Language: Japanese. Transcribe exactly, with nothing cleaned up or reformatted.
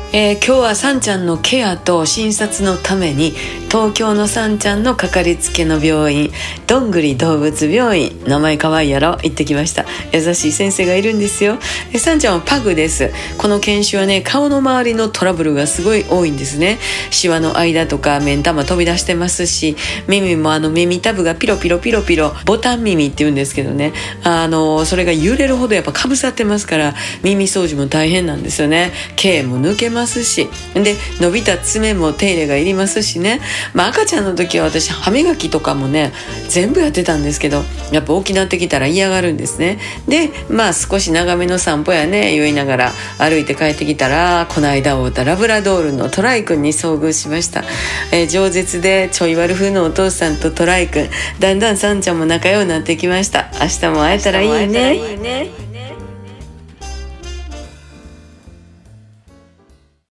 えー、今日はさんちゃんのケアと診察のために東京のさんちゃんのかかりつけの病院、どんぐり動物病院、名前かわいいやろ、行ってきました。優しい先生がいるんですよ。えさんちゃんはパグです。この犬種はね、顔の周りのトラブルがすごい多いんですね。シワの間とか目ん玉飛び出してますし、耳もあの耳たぶがピロピロピロピロ、ボタン耳って言うんですけどね、あのそれが揺れるほどやっぱかぶさってますから、耳掃除も大変なんですよね。毛も抜けますし、で伸びた爪も手入れがいりますしね。まあ赤ちゃんの時は私歯磨きとかもね全部やってたんですけど、やっぱ大きなってきたら嫌がるんですね。でまあ少し長めの散歩やね言いながら歩いて帰ってきたら、この間会うたラブラドールのトライくんに遭遇しました。えー、饒舌でちょい悪風のお父さんとトライくん、だんだんさんちゃんも仲良くなってきました。明日も会えたらいいね。